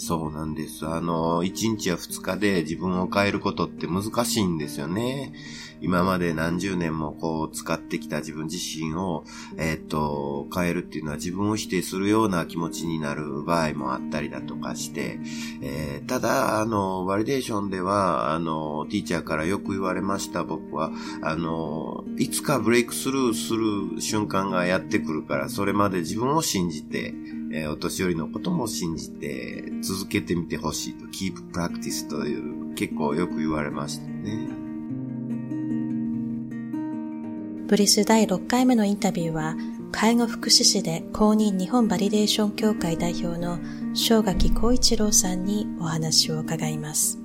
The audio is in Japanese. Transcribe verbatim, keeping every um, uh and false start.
そうなんです。あの、いちにちやふつかで自分を変えることって難しいんですよね。今まで何十年もこう使ってきた自分自身を、えっと、変えるっていうのは自分を否定するような気持ちになる場合もあったりだとかして、えー、ただ、あの、バリデーションでは、あの、ティーチャーからよく言われました、僕は。あの、いつかブレイクスルーする瞬間がやってくるから、それまで自分を信じて、えー、お年寄りのことも信じて続けてみてほしいと、keep practice という結構よく言われましたね。 ブリスだいろっかいめのインタビューは、介護福祉士で公認日本バリデーション協会代表の正垣浩一郎さんにお話を伺います。